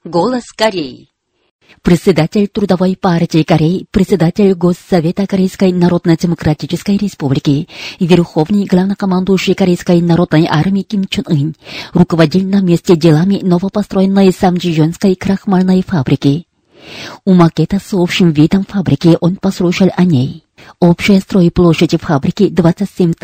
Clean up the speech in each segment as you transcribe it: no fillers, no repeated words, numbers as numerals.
Голос Кореи. Председатель Трудовой партии Кореи, председатель Госсовета Корейской Народно-Демократической Республики, верховный главнокомандующий Корейской народной армии Ким Чен Ын руководил на месте делами новопостроенной Самджиёнской крахмальной фабрики. У макета с общим видом фабрики он послушал о ней. Общая стройплощадь фабрики 27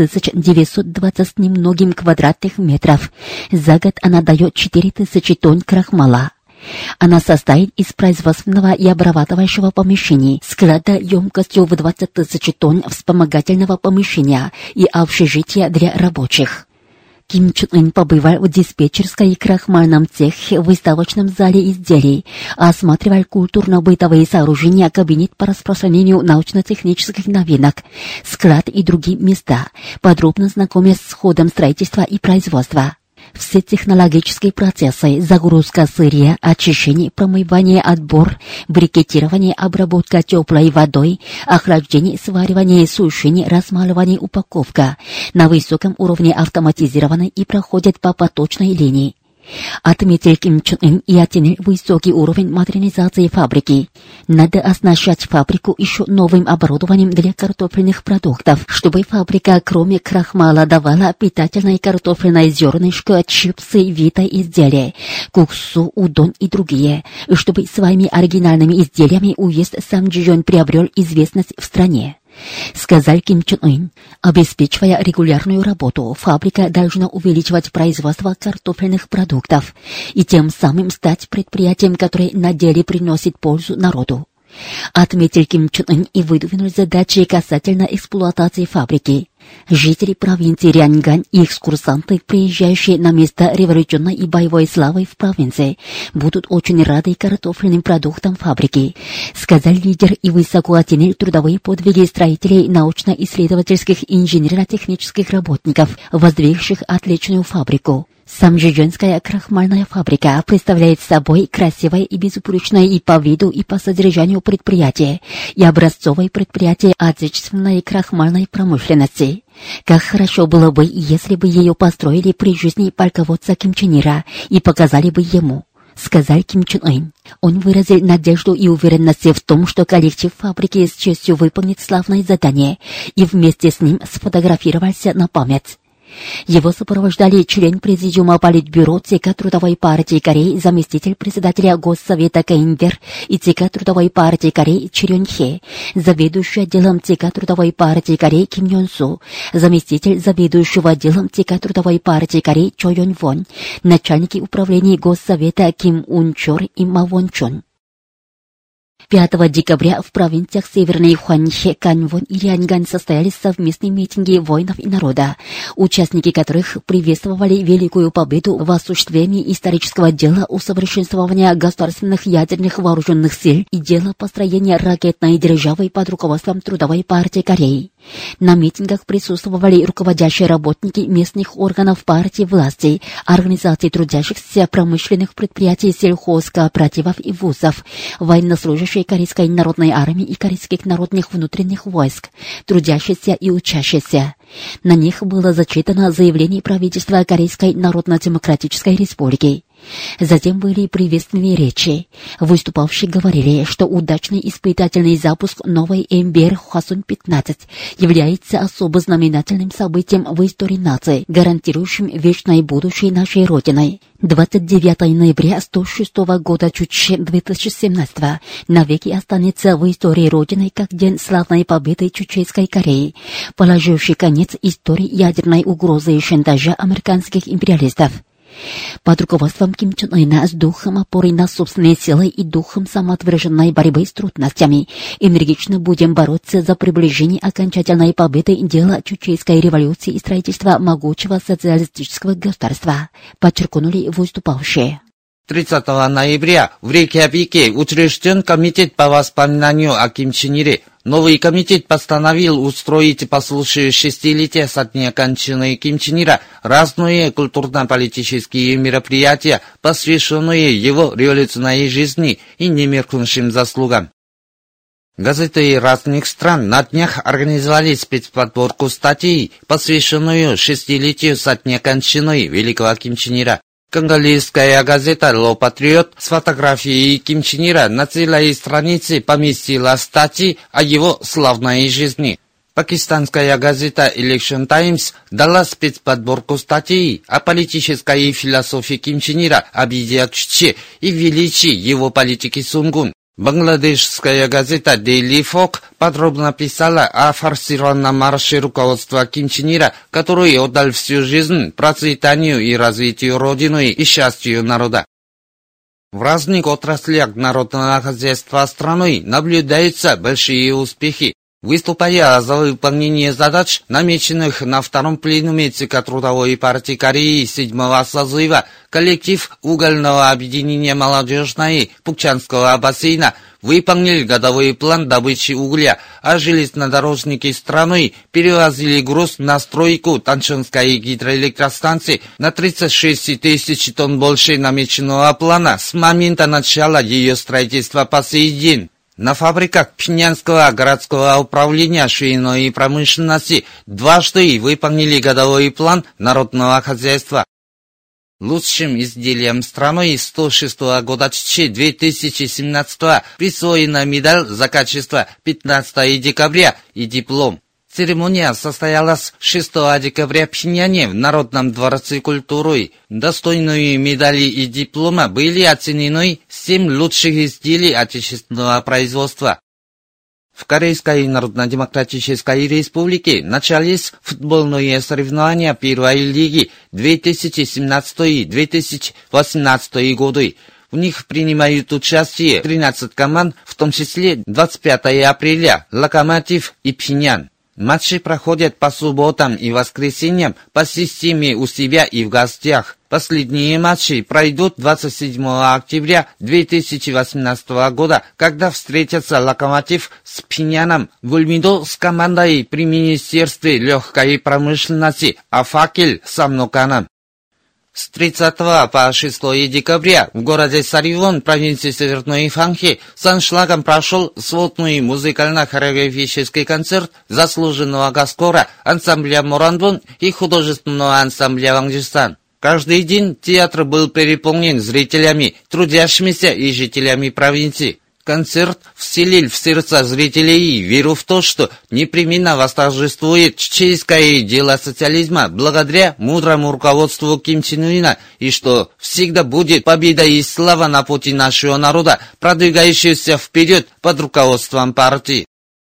920 с немногим квадратных метров. За год она дает 4000 тонн крахмала. Она состоит из производственного и обрабатывающего помещений, склада емкостью в 20 000 тонн, вспомогательного помещения и общежития для рабочих. Ким Чен Ын побывал в диспетчерской и крахмальном цехе, в выставочном зале изделий, осматривал культурно-бытовые сооружения, кабинет по распространению научно-технических новинок, склад и другие места, подробно знакомясь с ходом строительства и производства. Все технологические процессы, загрузка сырья, очищение, промывание, отбор, брикетирование, обработка теплой водой, охлаждение, сваривание, сушение, размалывание, упаковка на высоком уровне автоматизированы и проходят по поточной линии. Отметил Ким Чен Ын и оценил высокий уровень модернизации фабрики. Надо оснащать фабрику еще новым оборудованием для картофельных продуктов, чтобы фабрика, кроме крахмала, давала питательное картофельное зернышко, чипсы, вита изделия, куксу, удон и другие, и чтобы своими оригинальными изделиями уезд Самджиён приобрел известность в стране. Сказал Ким Чен Ын, обеспечивая регулярную работу, фабрика должна увеличивать производство картофельных продуктов и тем самым стать предприятием, которое на деле приносит пользу народу. Отметил Ким Чен Ын и выдвинул задачи касательно эксплуатации фабрики. Жители провинции Ряньгань и экскурсанты, приезжающие на место революционной и боевой славы в провинции, будут очень рады картофельным продуктам фабрики, сказал лидер и высоко оценил трудовые подвиги строителей, научно-исследовательских и инженерно-технических работников, воздвигших отличную фабрику. Самджиёнская крахмальная фабрика представляет собой красивое и безупречное и по виду, и по содержанию предприятие, и образцовое предприятие отечественной крахмальной промышленности. Как хорошо было бы, если бы ее построили при жизни полководца Ким Чен Ира и показали бы ему, сказал Ким Чен Ын. Он выразил надежду и уверенность в том, что коллектив фабрики с честью выполнит славное задание, и вместе с ним сфотографировался на память. Его сопровождали член президиума Политбюро ЦК Трудовой партии Кореи, заместитель председателя Госсовета КНДР и ЦК Трудовой партии Кореи Чирён Хе, заведующий отделом ЦК Трудовой партии Кореи Ким Йон Су, заместитель заведующего отделом ЦК Трудовой партии Кореи Чо Йон Вон, начальники управления Госсовета Ким Ун Чор и Ма Вон Чон. 5 декабря в провинциях Северной Хванхэ, Каньвон и Ряньгань состоялись совместные митинги воинов и народа, участники которых приветствовали великую победу в осуществлении исторического дела усовершенствования государственных ядерных вооруженных сил и дела построения ракетной державы под руководством Трудовой партии Кореи. На митингах присутствовали руководящие работники местных органов партии власти, организаций трудящихся, промышленных предприятий, сельхозкооперативов и вузов, военнослужащие Корейской народной армии и корейских народных внутренних войск, трудящиеся и учащиеся. На них было зачитано заявление правительства Корейской Народно-Демократической Республики. Затем были приветственные речи. Выступавшие говорили, что удачный испытательный запуск новой МБР Хвасон-15 является особо знаменательным событием в истории нации, гарантирующим вечное будущее нашей Родины. 29 ноября 106 года Чучхе 2017 навеки останется в истории Родины как день славной победы Чучхейской Кореи, положивший конец истории ядерной угрозы и шантажа американских империалистов. Под руководством Ким Чен Ына с духом опоры на собственные силы и духом самоотверженной борьбы с трудностями энергично будем бороться за приближение окончательной победы дела Чучхейской революции и строительства могучего социалистического государства, подчеркнули выступавшие. 30 ноября в Рейкьявике учрежден комитет по воспоминанию о Ким Чен Ире. Новый комитет постановил устроить по случаю 6-летия со дня кончины Ким Чен Ира разные культурно-политические мероприятия, посвященные его революционной жизни и немеркнущим заслугам. Газеты разных стран на днях организовали спецподборку статей, посвященную 6-летию со дня кончины великого Ким Чен Ира. Конголезская газета «Ло Патриот» с фотографией Ким Чен Ира на целой странице поместила статьи о его славной жизни. Пакистанская газета «Election Times» дала спецподборку статей о политической философии Ким Чен Ира, обиде Чучхе и величии его политики Сунгун. Бангладешская газета Daily Folk подробно писала о форсированном марше руководства Ким Чен Ира, который отдал всю жизнь процветанию и развитию Родины и счастью народа. В разных отраслях народного хозяйства страны наблюдаются большие успехи. Выступая за выполнение задач, намеченных на втором пленуме ЦК Трудовой партии Кореи 7-го созыва, коллектив угольного объединения молодежной Пукчанского бассейна выполнил годовой план добычи угля, а железнодорожники страны перевозили груз на стройку Танчонской гидроэлектростанции на 36 тысяч тонн больше намеченного плана с момента начала ее строительства по сей день. На фабриках Пхеньянского городского управления швейной промышленности дважды выполнили годовой план народного хозяйства. Лучшим изделием страны 106-го года 2017-го присвоена медаль за качество 15 декабря и диплом. Церемония состоялась 6 декабря в Пхеньяне в Народном дворце культуры. Достойные медали и диплома были оценены 7 лучших изделий отечественного производства. В Корейской Народно-Демократической Республике начались футбольные соревнования первой лиги 2017-2018 годы. В них принимают участие 13 команд, в том числе 25 апреля, Локомотив и Пхеньян. Матчи проходят по субботам и воскресеньям по системе у себя и в гостях. Последние матчи пройдут 27 октября 2018 года, когда встретятся Локомотив с Пхеньяном, Гульмидо с командой при Министерстве легкой промышленности, а Факел с Амноканом. С 30 по 6 декабря в городе Саривон, провинции Северной Фанхи, с аншлагом прошел сводный музыкально-хореографический концерт заслуженного гастроля ансамбля Моранбон и художественного ансамбля Вангжисан. Каждый день театр был переполнен зрителями, трудящимися и жителями провинции. Концерт вселил в сердца зрителей веру в то, что непременно восторжествует чеченское дело социализма благодаря мудрому руководству Ким Чен Ына, и что всегда будет победа и слава на пути нашего народа, продвигающегося вперед под руководством партии.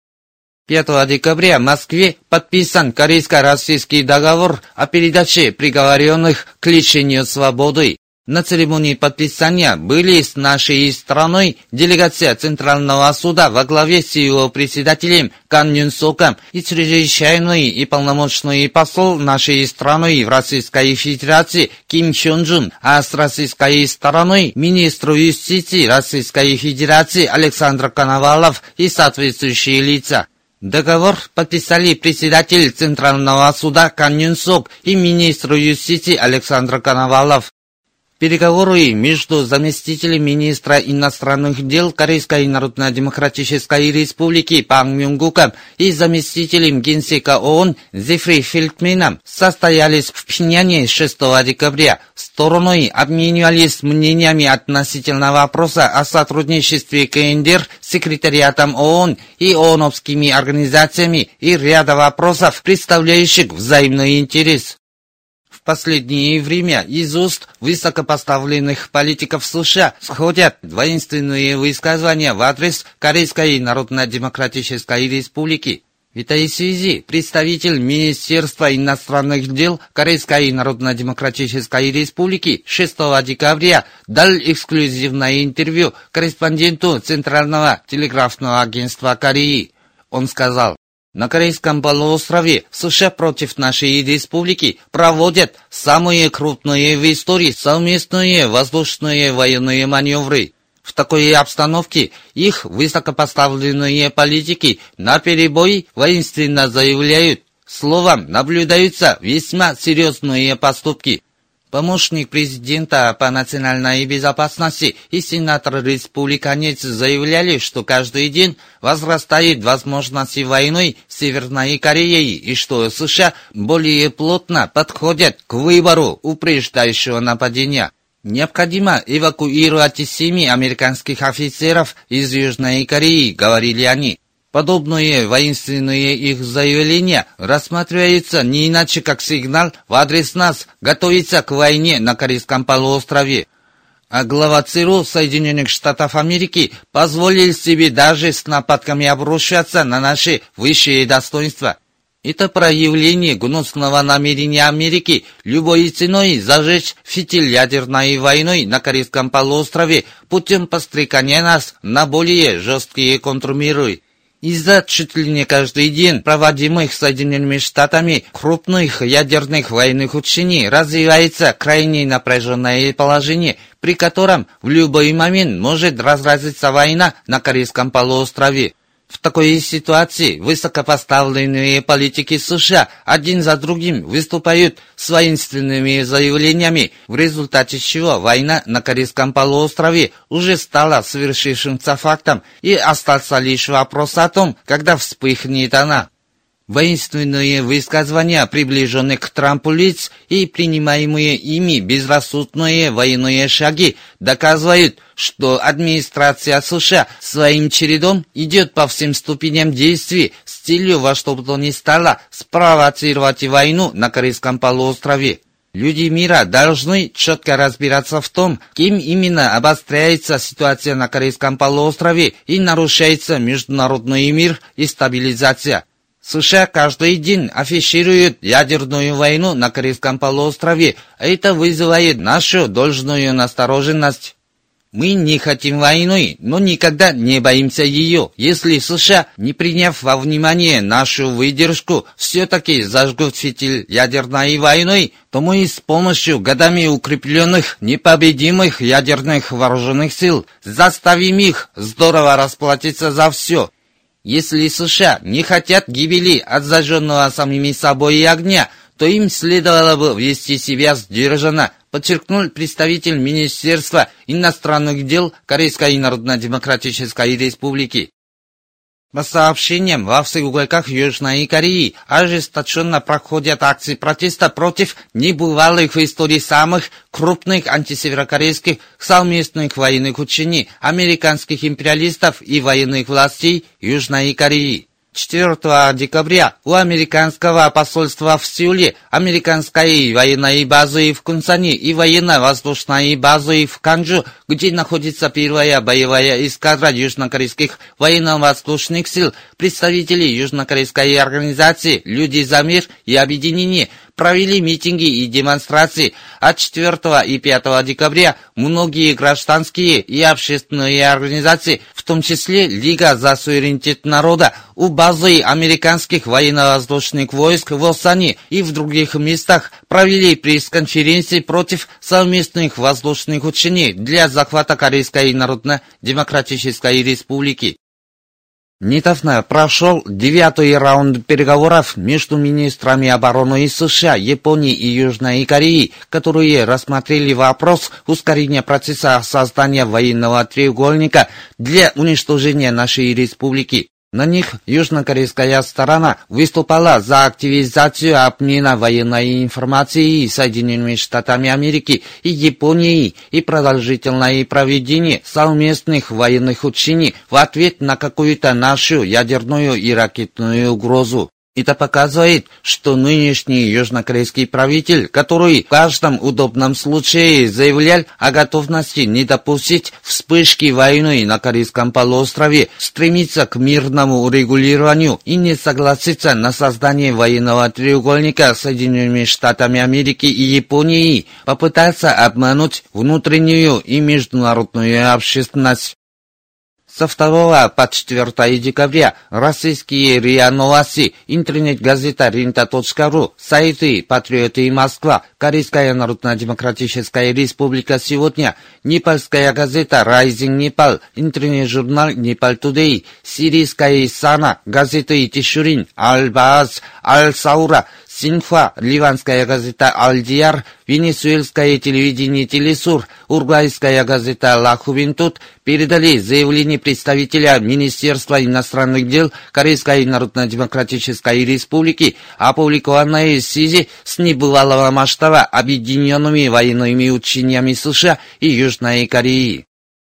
5 декабря в Москве подписан корейско-российский договор о передаче приговоренных к лишению свободы. На церемонии подписания были с нашей страной делегация Центрального суда во главе с его председателем Кан Юн Соком и чрезвычайный и полномочный посол нашей страны в Российской Федерации Ким Хён Джун, а с российской стороны министр юстиции Российской Федерации Александр Коновалов и соответствующие лица. Договор подписали председатель Центрального суда Кан Юн Сок и министр юстиции Александр Коновалов. Переговоры между заместителем министра иностранных дел Корейской Народно-Демократической Республики Пан Мюнгуком и заместителем генсека ООН Зефри Фелтменом состоялись в Пхеньяне 6 декабря. Стороны обменивались мнениями относительно вопроса о сотрудничестве КНДР с секретариатом ООН и ООНовскими организациями и ряда вопросов, представляющих взаимный интерес. В последнее время из уст высокопоставленных политиков США сходят воинственные высказывания в адрес Корейской Народно-Демократической Республики. В этой связи представитель Министерства иностранных дел Корейской Народно-Демократической Республики 6 декабря дал эксклюзивное интервью корреспонденту Центрального телеграфного агентства Кореи. Он сказал: на Корейском полуострове США против нашей республики проводят самые крупные в истории совместные воздушные военные маневры. В такой обстановке их высокопоставленные политики наперебой воинственно заявляют, словом, наблюдаются весьма серьезные поступки. Помощник президента по национальной безопасности и сенатор-республиканец заявляли, что каждый день возрастает возможность войны с Северной Кореей и что США более плотно подходят к выбору упреждающего нападения. Необходимо эвакуировать 7 американских офицеров из Южной Кореи, говорили они. Подобные воинственные их заявления рассматриваются не иначе как сигнал в адрес нас готовиться к войне на Корейском полуострове. А глава ЦРУ Соединенных Штатов Америки позволил себе даже с нападками обрушаться на наши высшие достоинства. Это проявление гнусного намерения Америки любой ценой зажечь фитиль ядерной войной на Корейском полуострове путем подстрекания нас на более жесткие контрмеры. Из-за чуть ли не каждый день проводимых Соединенными Штатами крупных ядерных военных учений развивается крайне напряженное положение, при котором в любой момент может разразиться война на Корейском полуострове. В такой ситуации высокопоставленные политики США один за другим выступают с воинственными заявлениями, в результате чего война на Корейском полуострове уже стала свершившимся фактом, и остался лишь вопрос о том, когда вспыхнет она. Воинственные высказывания приближенных к Трампу лиц и принимаемые ими безрассудные военные шаги доказывают, что администрация США своим чередом идет по всем ступеням действий с целью во что бы то ни стало спровоцировать войну на Корейском полуострове. Люди мира должны четко разбираться в том, кем именно обостряется ситуация на Корейском полуострове и нарушается международный мир и стабилизация. США каждый день афишируют ядерную войну на Корейском полуострове, а это вызывает нашу должную настороженность. Мы не хотим войны, но никогда не боимся ее. Если США, не приняв во внимание нашу выдержку, все-таки зажгут фитиль ядерной войной, то мы с помощью годами укрепленных, непобедимых ядерных вооруженных сил заставим их здорово расплатиться за все. Если США не хотят гибели от зажженного самими собой огня, то им следовало бы вести себя сдержанно, подчеркнул представитель Министерства иностранных дел Корейской Народно-Демократической Республики. По сообщениям, во всех уголках Южной Кореи ожесточенно проходят акции протеста против небывалых в истории самых крупных антисеверокорейских совместных военных учений американских империалистов и военных властей Южной Кореи. 4 декабря у американского посольства в Сеуле, американской военной базы в Кунсане и военно-воздушной базы в Канджу, где находится первая боевая эскадра южнокорейских военно-воздушных сил, представители южнокорейской организации «Люди за мир» и объединение провели митинги и демонстрации, а 4 и 5 декабря многие гражданские и общественные организации, в том числе Лига за суверенитет народа, у базы американских военно-воздушных войск в Осане и в других местах провели пресс-конференции против совместных воздушных учений для захвата Корейской Народно-Демократической Республики. Недавно прошел 9-й раунд переговоров между министрами обороны США, Японии и Южной Кореи, которые рассмотрели вопрос ускорения процесса создания военного треугольника для уничтожения нашей республики. На них южнокорейская сторона выступала за активизацию обмена военной информацией с Соединенными Штатами Америки и Японией и продолжительное проведение совместных военных учений в ответ на какую-то нашу ядерную и ракетную угрозу. Это показывает, что нынешний южнокорейский правитель, который в каждом удобном случае заявлял о готовности не допустить вспышки войны на Корейском полуострове, стремится к мирному урегулированию и не согласится на создание военного треугольника с Соединенными Штатами Америки и Японией, попытаться обмануть внутреннюю и международную общественность. Со 2 по 4 декабря российские РИА Новости, интернет-газета Рента.ру, сайты Патриоты и Москва, Корейская Народно-Демократическая Республика сегодня, непальская газета Rising Nepal, интернет-журнал Nepal Today, сирийская Сана, газеты Тишурин, Аль-Баас, Аль-Саура, Синьхуа, ливанская газета «Аль-Дияр», венесуэльское телевидение «Телесур», уругвайская газета «Ла Хувентуд» передали заявление представителя Министерства иностранных дел Корейской Народно-Демократической Республики, опубликованное в связи с небывалого масштаба объединенными военными учениями США и Южной Кореи.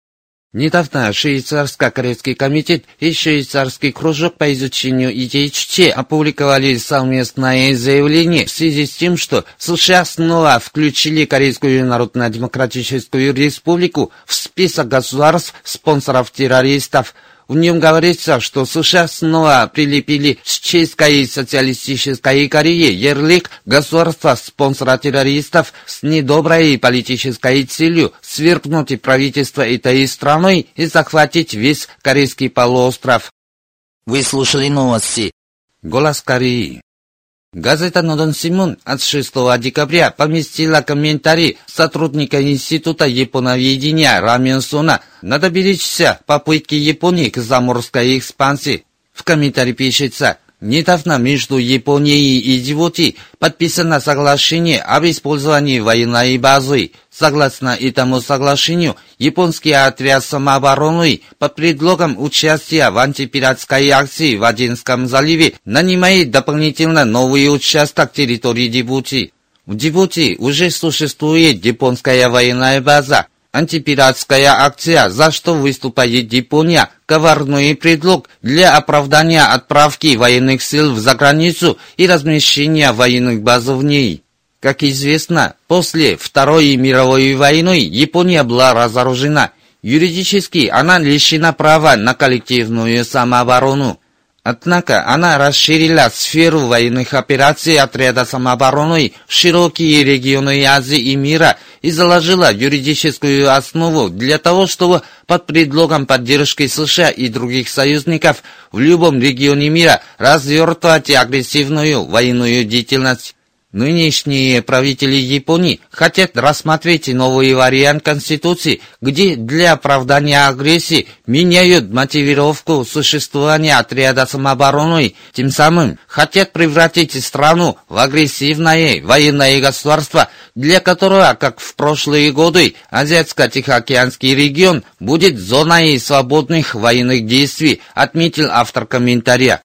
Недавно Швейцарско-Корейский комитет и Швейцарский кружок по изучению идей Чучхе опубликовали совместное заявление в связи с тем, что США снова включили Корейскую Народно-Демократическую Республику в список государств, спонсоров террористов. В нем говорится, что США снова прилепили с Чеченской социалистической Корее ярлык государства-спонсора террористов с недоброй политической целью свергнуть правительство этой страны и захватить весь Корейский полуостров. Вы слушали новости. Голос Кореи. Газета «Нодон Симун» от 6 декабря поместила комментарий сотрудника Института японоведения Рамён-сона «Надо беречься попытки Японии к заморской экспансии». В комментарии пишется: недавно между Японией и Джибути подписано соглашение об использовании военной базы. Согласно этому соглашению, японский отряд самообороны под предлогом участия в антипиратской акции в Аденском заливе нанимает дополнительно новый участок территории Джибути. В Джибути уже существует японская военная база. Антипиратская акция, за что выступает Япония, коварный предлог для оправдания отправки военных сил в заграницу и размещения военных баз в ней. Как известно, после Второй мировой войны Япония была разоружена. Юридически она лишена права на коллективную самооборону. Однако она расширила сферу военных операций отряда самообороны в широкие регионы Азии и мира и заложила юридическую основу для того, чтобы под предлогом поддержки США и других союзников в любом регионе мира развертывать агрессивную военную деятельность. Нынешние правители Японии хотят рассмотреть новый вариант Конституции, где для оправдания агрессии меняют мотивировку существования отряда самообороны, тем самым хотят превратить страну в агрессивное военное государство, для которого, как в прошлые годы, Азиатско-Тихоокеанский регион будет зоной свободных военных действий, отметил автор комментария.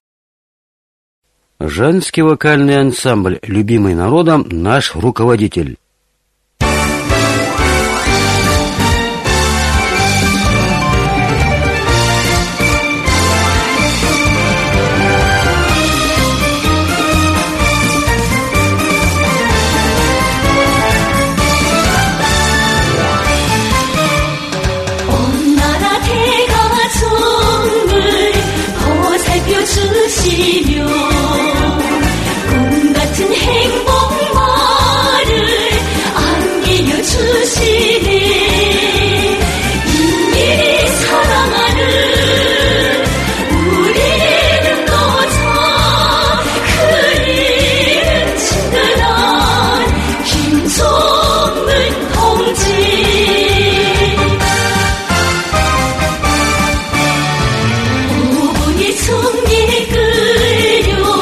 Женский вокальный ансамбль «Любимый народом» наш руководитель. 손이 끌려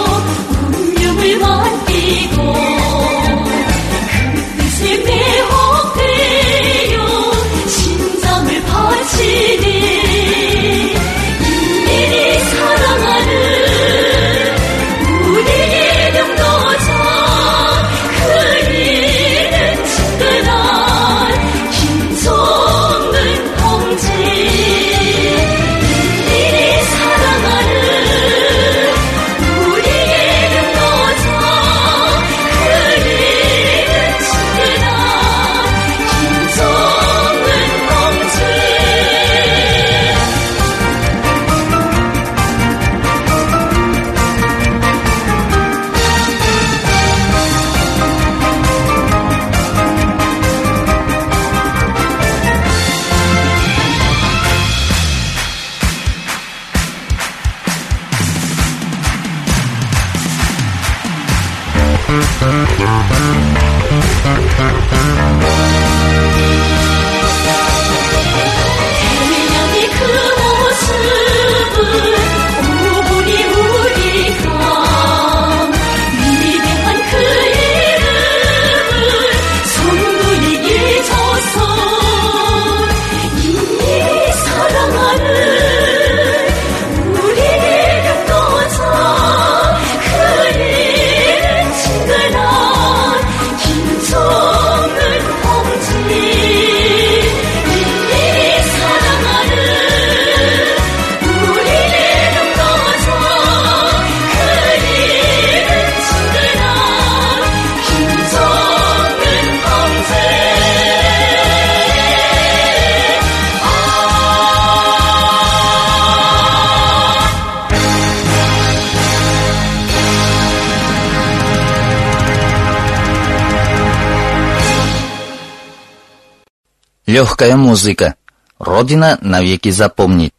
Легкая музыка. Родина навеки запомнит.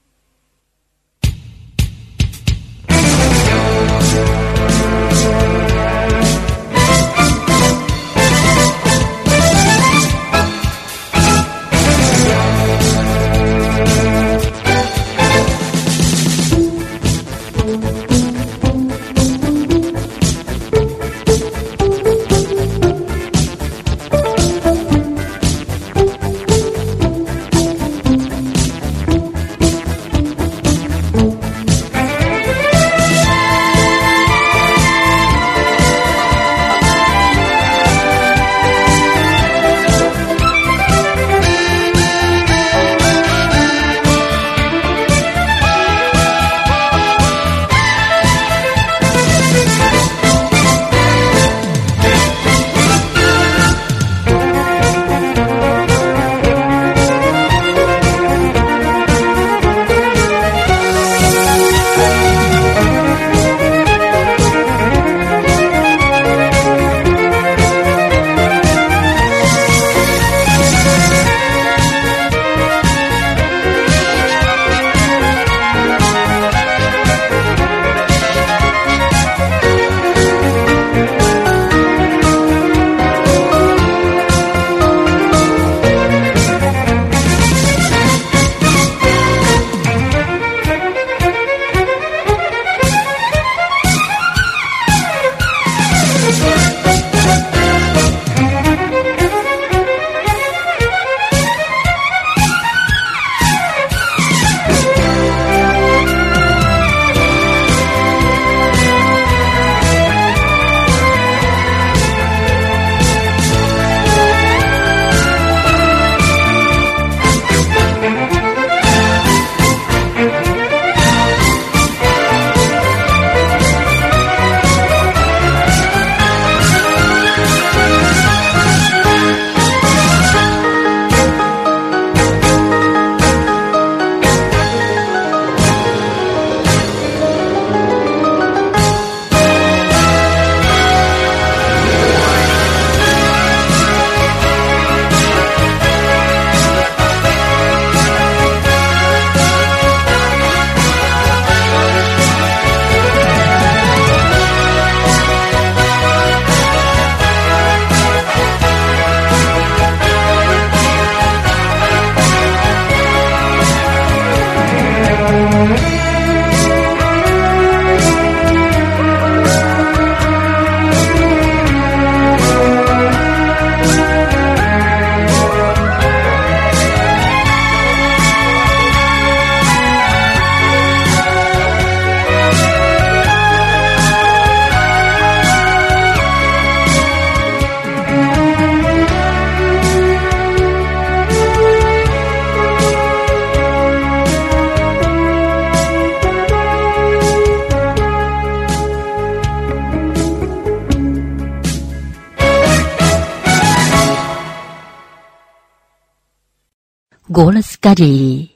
Голос Кореи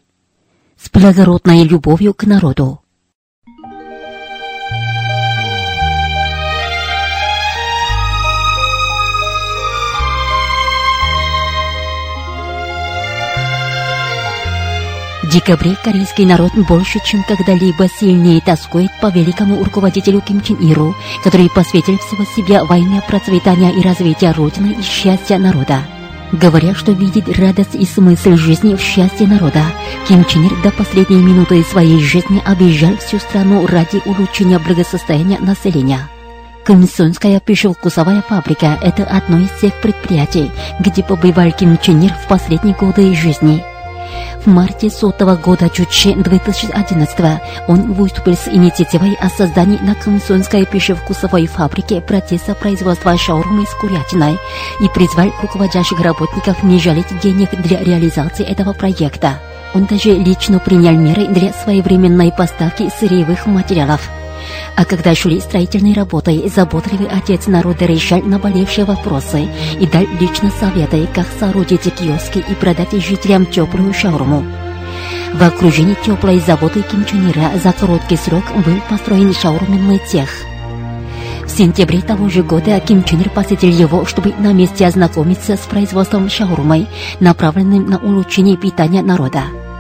с благородной любовью к народу. В декабре корейский народ больше, чем когда-либо сильнее тоскует по великому руководителю Ким Чен Иру, который посвятил всего себя войне процветания и развития Родины и счастья народа. Говоря, что видит радость и смысл жизни в счастье народа, Ким Чен Ир до последней минуты своей жизни объезжал всю страну ради улучшения благосостояния населения. Кымсонская пищевкусовая фабрика – это одно из тех предприятий, где побывал Ким Чен Ир в последние годы жизни. В марте 100-го года Чучхе 2011 он выступил с инициативой о создании на Кымсонской пищевкусовой фабрике процесса производства шаурмы с курятиной и призвал руководящих работников не жалеть денег для реализации этого проекта. Он даже лично принял меры для своевременной поставки сырьевых материалов. А когда шли строительные работы, заботливый отец народа решал наболевшие вопросы и дал лично советы, как соорудить киоски и продать жителям теплую шаурму. В окружении теплой заботы Ким Чен Ира за короткий срок был построен шаурменный цех. В сентябре того же года Ким Чен Ир посетил его, чтобы на месте ознакомиться с производством шаурмы, направленным на улучшение питания народа.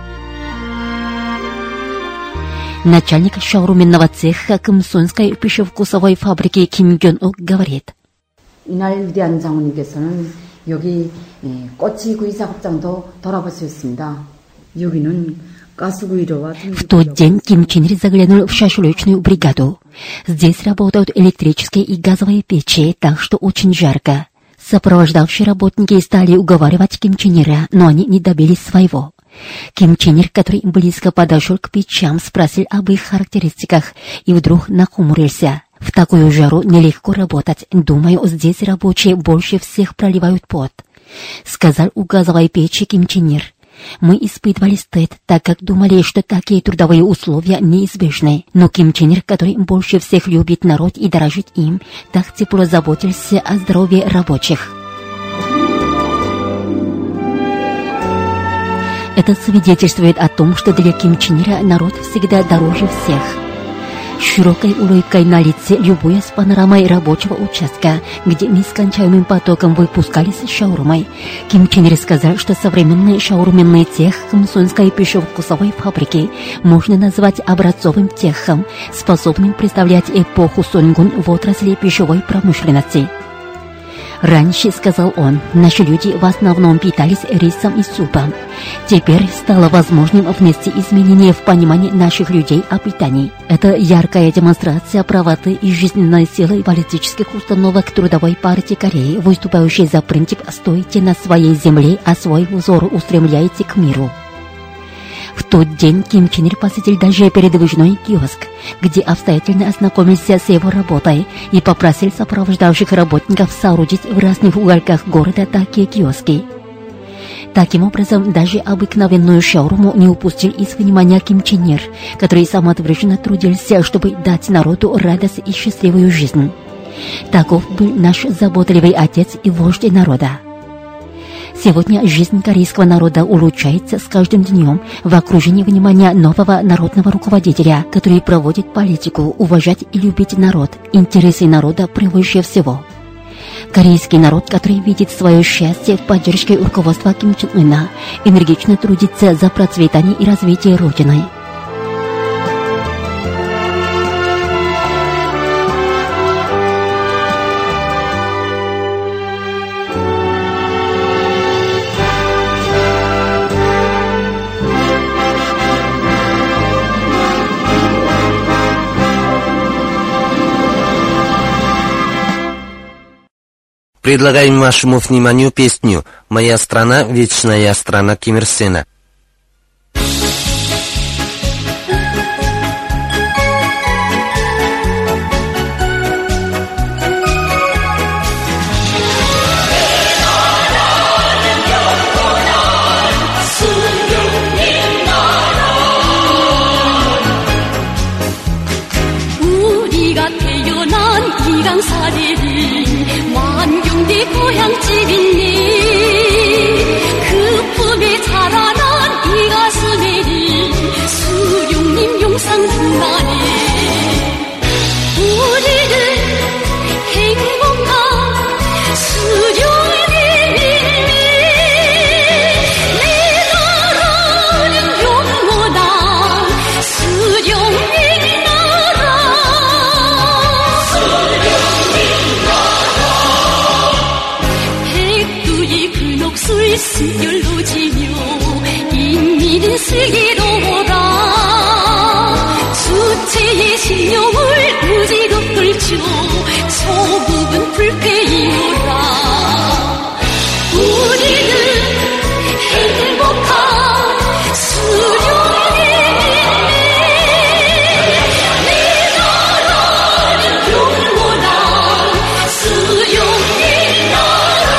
Начальник шаурменного цеха Кымсонской пищевкусовой фабрики Ким Гён-ок говорит. 이날 위대한 장군님께서는 여기 꼬치구이 작업장도 돌아보셨습니다. 여기는 가스구이로와 В тот день Ким Чен Ир заглянул в шашлычную бригаду. Здесь работают электрические и газовые печи, так что очень жарко. Сопровождавшие работники стали уговаривать Ким Чен Ира, но они не добились своего. Ким Чен Ир, который близко подошел к печам, спросил об их характеристиках и вдруг нахмурился. В такую жару нелегко работать. Думаю, здесь рабочие больше всех проливают пот. Сказал у газовой печи Ким Чен Ир. Мы испытывали стыд, так как думали, что такие трудовые условия неизбежны. Но Ким Чен Ир, который больше всех любит народ и дорожит им, так тепло заботился о здоровье рабочих. Это свидетельствует о том, что для Ким Чен Ира народ всегда дороже всех. Широкой улыбкой на лице, любуясь панорамой рабочего участка, где нескончаемым потоком выпускались шаурмой, Ким Чен Ир сказал, что современный шаурменный цех Кымсонской пищевкусовой фабрики можно назвать образцовым цехом, способным представлять эпоху Сонгун в отрасли пищевой промышленности. Раньше, сказал он, наши люди в основном питались рисом и супом. Теперь стало возможным внести изменения в понимании наших людей о питании. Это яркая демонстрация правоты и жизненной силы политических установок Трудовой партии Кореи, выступающей за принцип «стойте на своей земле, а свой взор устремляйте к миру». В тот день Ким Чен Ир посетил даже передвижной киоск, где обстоятельно ознакомился с его работой и попросил сопровождавших работников соорудить в разных уголках города такие киоски. Таким образом, даже обыкновенную шаурму не упустил из внимания Ким Чен Ир, который самоотверженно трудился, чтобы дать народу радость и счастливую жизнь. Таков был наш заботливый отец и вождь народа. Сегодня жизнь корейского народа улучшается с каждым днем в окружении внимания нового народного руководителя, который проводит политику уважать и любить народ, интересы народа превыше всего. Корейский народ, который видит свое счастье в поддержке руководства Ким Чен Ына, энергично трудится за процветание и развитие Родины. Предлагаем вашему вниманию песню «Моя страна, вечная страна Ким Ир Сена». 숨결로 지며 인민은 슬기로워라 주체의 신념을 무지로 펼쳐 소국은 불쾌이노라 우리는 행복한 수령의 내 나라는 영원한 수용의 나라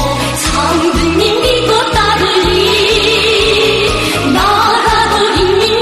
상근님 믿고 따르니 나라도 인민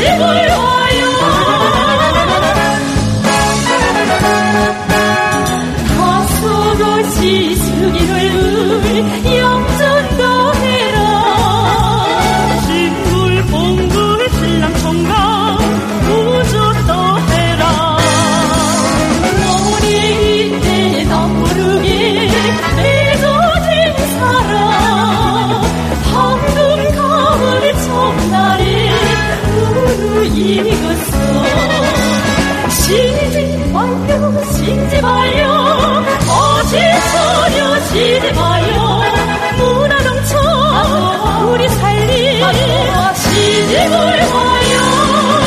시집을 와요. 다소도시 수기를 영전도 해라. 신물 봉글 신랑 총각 우주도 해라. 머리 이때 나 모르게 맺어진 사람 황금 가을 첫날에 우루 익었어. 시집 와요 시집 와요 어제서려 시집 와요. 문화 넘쳐 우리 살리 시집을 와요.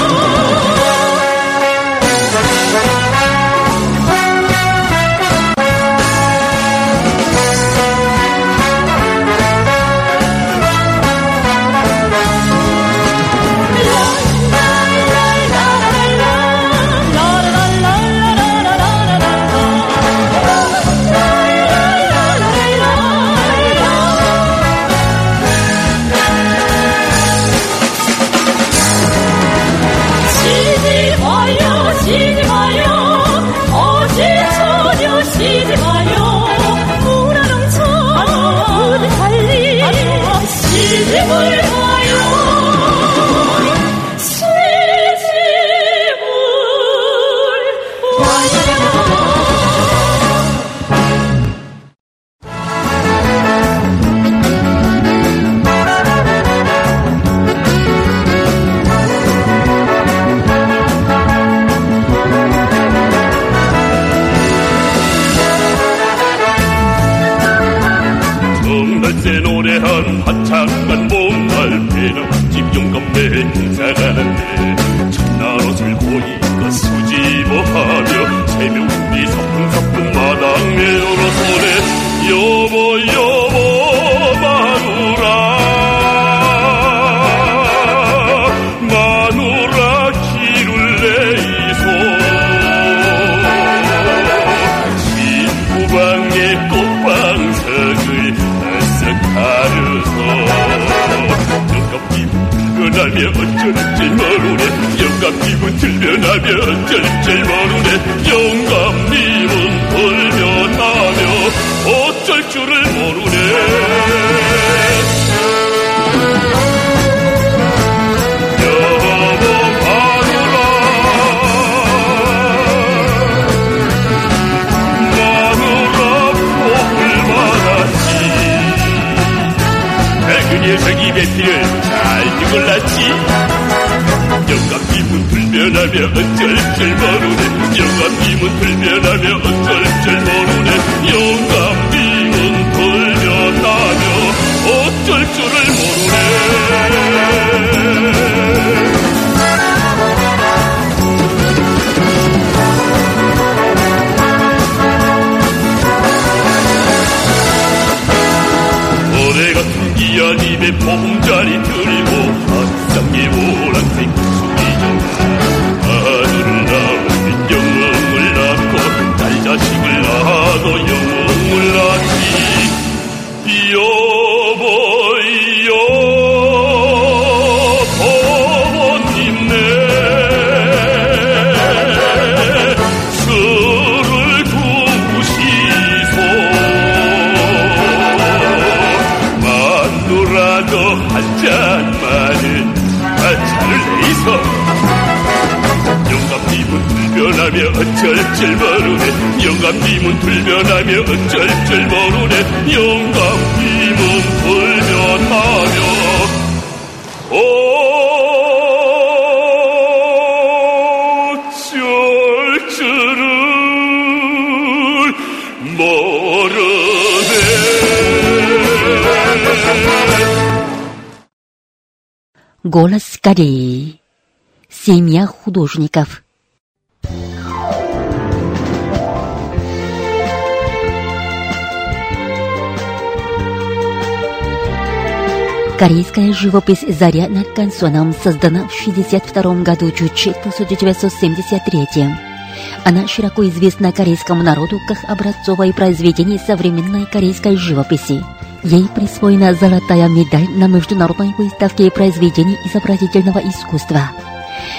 Голос Кореи. Семья художников. Корейская живопись «Заря над Кансоном» создана в 1962 году Чучи в 1973. Она широко известна корейскому народу как образцовое произведение современной корейской живописи. Ей присвоена золотая медаль на международной выставке произведений изобразительного искусства.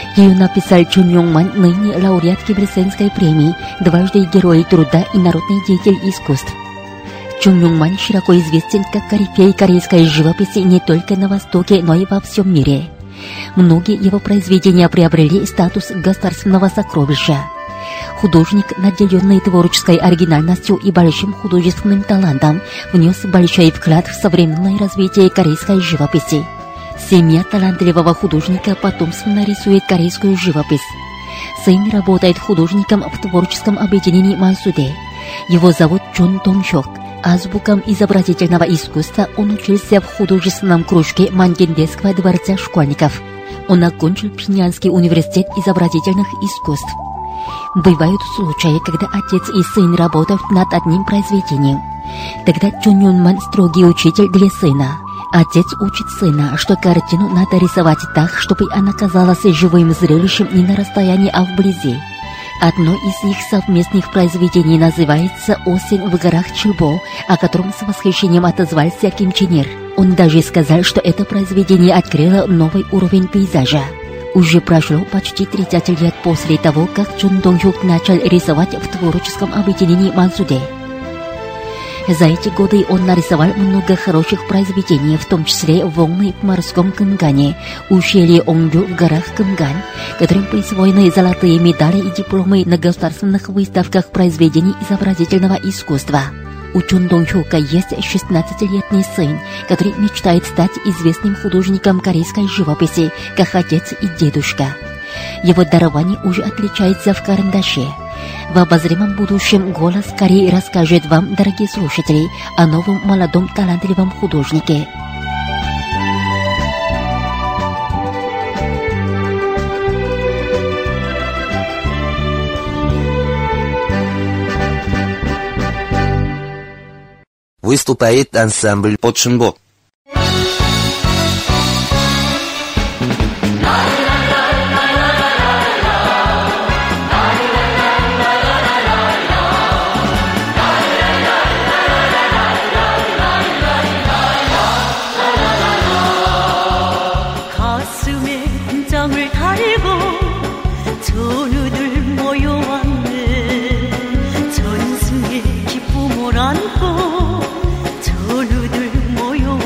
Ее написал Чун Йонг Ман, ныне лауреат Киберсенской премии, дважды Герой труда и народный деятель искусств. Чун Йонг Ман широко известен как корифей корейской живописи не только на Востоке, но и во всем мире. Многие его произведения приобрели статус государственного сокровища. Художник, наделенный творческой оригинальностью и большим художественным талантом, внес большой вклад в современное развитие корейской живописи. Семья талантливого художника потомственно рисует корейскую живопись. Сын работает художником в творческом объединении Масуде. Его зовут Чон Донг-хёк. Азбукам изобразительного искусства он учился в художественном кружке Мангендейского дворца школьников. Он окончил Пхеньянский университет изобразительных искусств. Бывают случаи, когда отец и сын работают над одним произведением. Тогда Чун Йонг Ман строгий учитель для сына. Отец учит сына, что картину надо рисовать так, чтобы она казалась живым зрелищем не на расстоянии, а вблизи. Одно из их совместных произведений называется «Осень в горах Чилбо», о котором с восхищением отозвался Ким Чен Ир. Он даже сказал, что это произведение открыло новый уровень пейзажа. Уже прошло почти 30 лет после того, как Чон Донг-хёк начал рисовать в творческом объединении Мансуде. За эти годы он нарисовал много хороших произведений, в том числе «Волны в морском Кымгане», «Ущелье Онгю в горах Кымган», которым присвоены золотые медали и дипломы на государственных выставках произведений изобразительного искусства. У Чон Донг-хёка есть 16-летний сын, который мечтает стать известным художником корейской живописи, как отец и дедушка. Его дарование уже отличается в карандаше. В обозримом будущем «Голос Кореи» расскажет вам, дорогие слушатели, о новом молодом талантливом художнике. Выступает ансамбль Подшинбо. 가슴에 빈장을 달고 전우들 모여왔네. 전승의 기쁨을 안고 전우들 모여왔네.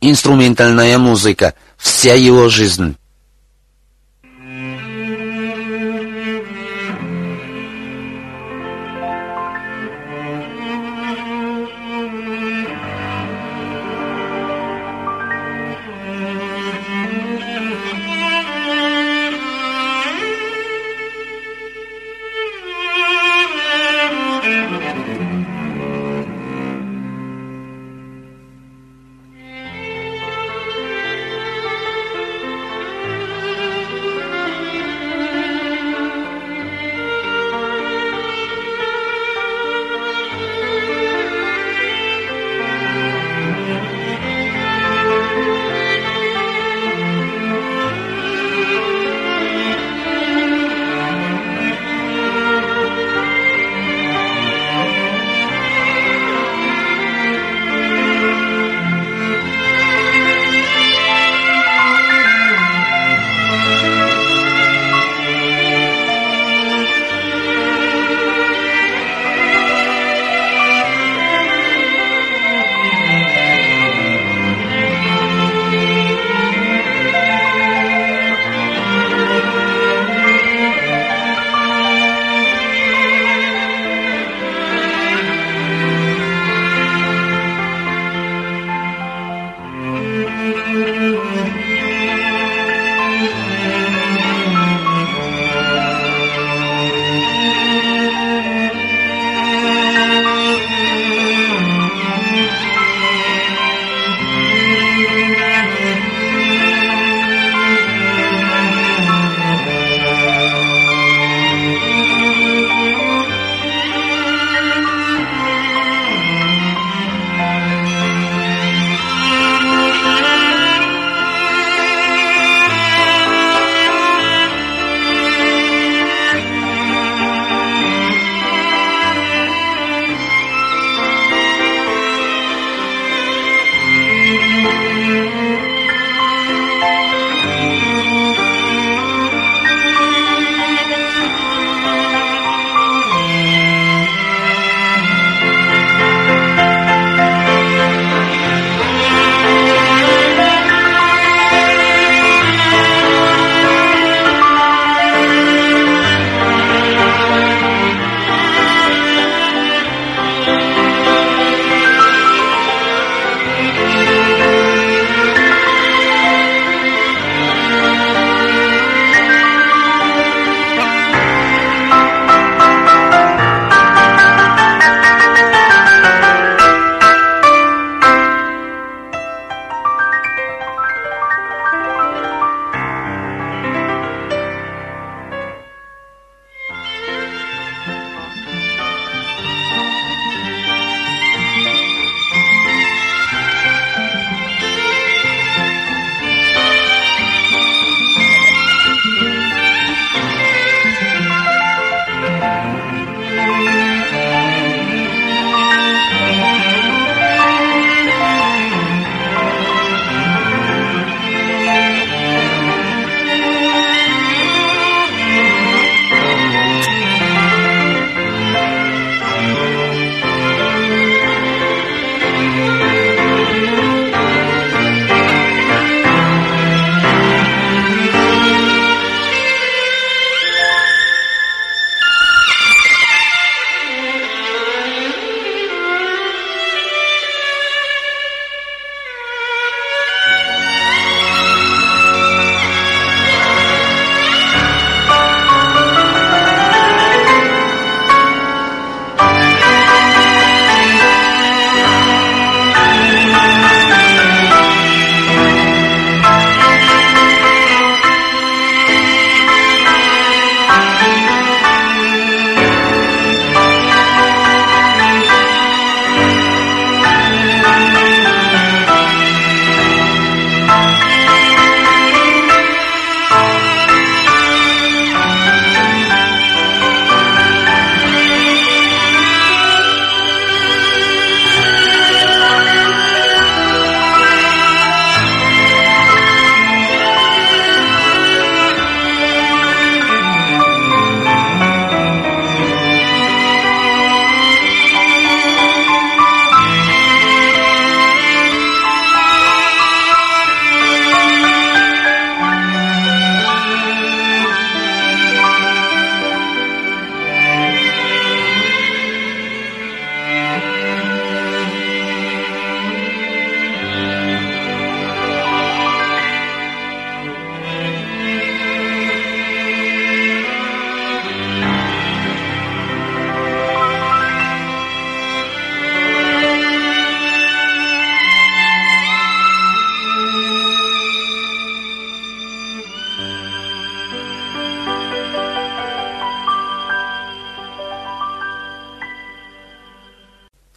инструментальная музыка, вся его жизнь.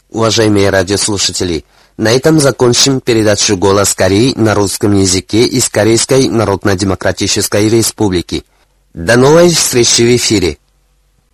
Уважаемые радиослушатели, на этом закончим передачу «Голос Кореи» на русском языке из Корейской Народно-Демократической Республики. До новой встречи в эфире.